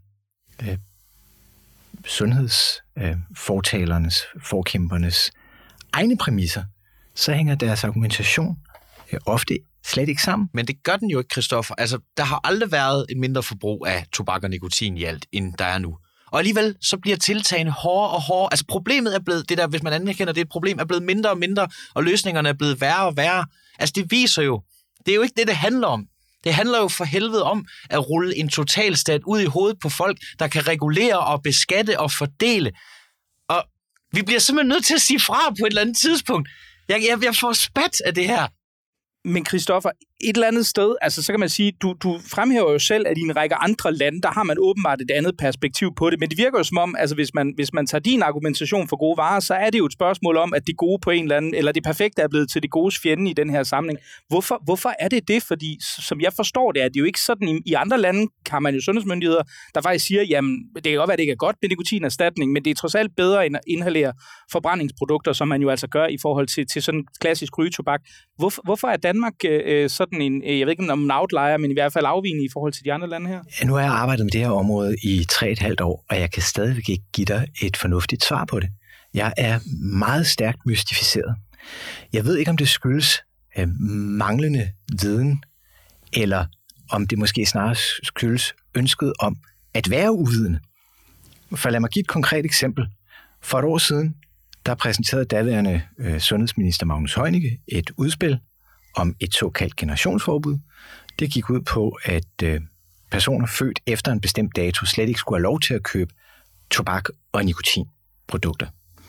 sundhedsfortalernes, forkæmpernes egne præmisser, så hænger deres argumentation ofte slet ikke sammen. Men det gør den jo ikke, Christoffer. Altså, der har aldrig været et mindre forbrug af tobak og nikotin i alt, end der er nu. Og alligevel så bliver tiltagene hårdere og hårdere. Altså problemet er blevet, det der, hvis man anerkender, det er et problem, er blevet mindre og mindre, og løsningerne er blevet værre og værre. Altså det viser jo, det er jo ikke det handler om. Det handler jo for helvede om at rulle en totalstat ud i hovedet på folk, der kan regulere og beskatte og fordele. Og vi bliver simpelthen nødt til at sige fra på et eller andet tidspunkt. Jeg får spat af det her. Men Christoffer, et eller andet sted, altså så kan man sige, du fremhæver jo selv, at i en række andre lande, der har man åbenbart et andet perspektiv på det, men det virker jo som om, altså hvis man tager din argumentation for gode varer, så er det jo et spørgsmål om, at det gode på en eller anden, eller det perfekte er blevet til det godes fjende i den her samling. Hvorfor er det det? Fordi som jeg forstår det, er det jo ikke sådan, i andre lande har man jo sundhedsmyndigheder, der faktisk siger, jamen det kan godt være, det ikke er godt med nikotinerstatning, men det er trods alt bedre end at inhalere forbrændingsprodukter, som man jo altså gør i forhold til sådan klassisk rygetobak. Hvorfor er Danmark sådan en, jeg ved ikke om en outlier, men i hvert fald afvigende i forhold til de andre lande her? Nu har jeg arbejdet med det her område i 3,5 år, og jeg kan stadigvæk ikke give dig et fornuftigt svar på det. Jeg er meget stærkt mystificeret. Jeg ved ikke, om det skyldes manglende viden, eller om det måske snarere skyldes ønsket om at være uvidende. For lad mig give et konkret eksempel. For et år siden, der præsenterede daværende sundhedsminister Magnus Heunicke et udspil om et såkaldt generationsforbud. Det gik ud på, at personer født efter en bestemt dato slet ikke skulle have lov til at købe tobak og nikotinprodukter.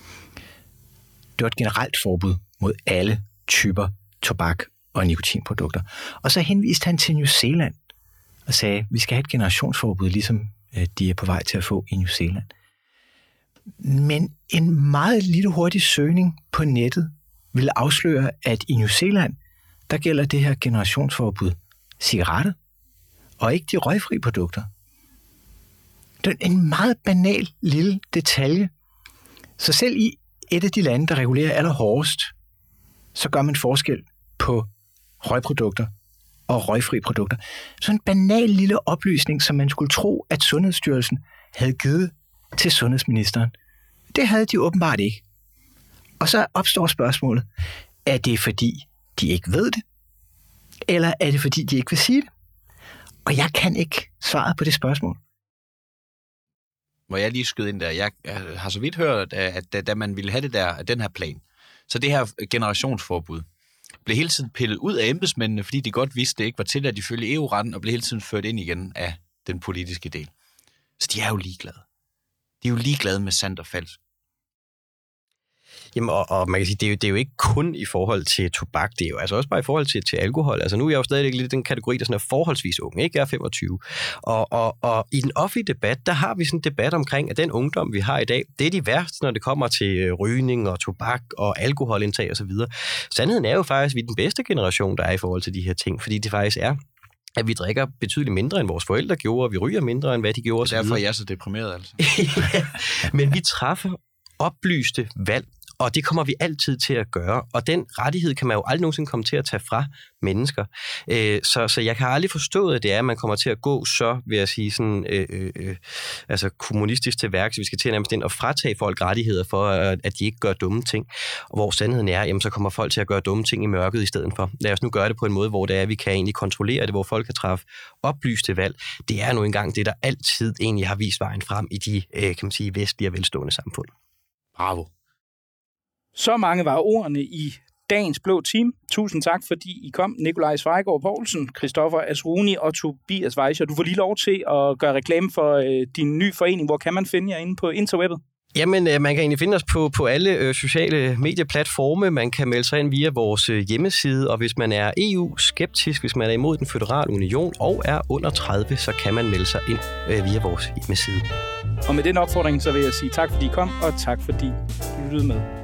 Det var et generelt forbud mod alle typer tobak og nikotinprodukter. Og så henviste han til New Zealand og sagde, at vi skal have et generationsforbud, ligesom de er på vej til at få i New Zealand. Men en meget lille hurtig søgning på nettet ville afsløre, at i New Zealand, der gælder det her generationsforbud cigaretter, og ikke de røgfri produkter. Det er en meget banal lille detalje. Så selv i et af de lande, der regulerer allerhårdest, så gør man forskel på røgprodukter og røgfri produkter. Så en banal lille oplysning, som man skulle tro, at Sundhedsstyrelsen havde givet til sundhedsministeren. Det havde de åbenbart ikke. Og så opstår spørgsmålet, er det fordi, de ikke ved det? Eller er det fordi, de ikke vil sige det? Og jeg kan ikke svare på det spørgsmål. Må jeg lige skyde ind der? Jeg har så vidt hørt, at da man ville have den her plan, så det her generationsforbud blev hele tiden pillet ud af embedsmændene, fordi de godt vidste, det ikke var tilladt ifølge EU-retten, og blev hele tiden ført ind igen af den politiske del. Så de er jo ligeglade. De er jo ligeglade med sandt og falsk. Jamen, og man kan sige, det er jo ikke kun i forhold til tobak, det er jo altså også bare i forhold til alkohol. Altså nu er jeg jo stadig lidt i den kategori, der sådan er forholdsvis ung, ikke? Jeg er 25. Og i den offentlige debat, der har vi sådan en debat omkring, at den ungdom, vi har i dag, det er de værste, når det kommer til rygning og tobak og alkoholindtag osv. Sandheden er jo faktisk, at vi er den bedste generation, der er i forhold til de her ting, fordi det faktisk er, at vi drikker betydeligt mindre, end vores forældre gjorde, og vi ryger mindre, end hvad de gjorde. Derfor er jeg så deprimeret, altså. Ja, men vi træffer oplyste valg, og det kommer vi altid til at gøre, og den rettighed kan man jo aldrig nogensinde komme til at tage fra mennesker. Så jeg kan aldrig forstå, at det er, at man kommer til at gå så, vil jeg sige, sådan, altså kommunistisk til værks. Vi skal til nærmest ind og fratage folk rettigheder for, at de ikke gør dumme ting. Og hvor sandheden er, jamen, så kommer folk til at gøre dumme ting i mørket i stedet for. Lad os nu gøre det på en måde, hvor det er, at vi kan egentlig kontrollere det, hvor folk kan træffe oplyste valg. Det er nu engang det, der altid egentlig har vist vejen frem i de, kan man sige, vestlige og velstående samfund. Bravo. Så mange var ordene i dagens Blå Team. Tusind tak, fordi I kom. Nikolaj Svejgaard Poulsen, Christoffer Asruni og Tobias Weischer. Du får lige lov til at gøre reklame for din nye forening. Hvor kan man finde jer inde på interwebet? Jamen, man kan egentlig finde os på alle sociale medieplatforme. Man kan melde sig ind via vores hjemmeside, og hvis man er EU-skeptisk, hvis man er imod den føderale union og er under 30, så kan man melde sig ind via vores hjemmeside. Og med den opfordring, så vil jeg sige tak, fordi I kom, og tak, fordi I lyttede med.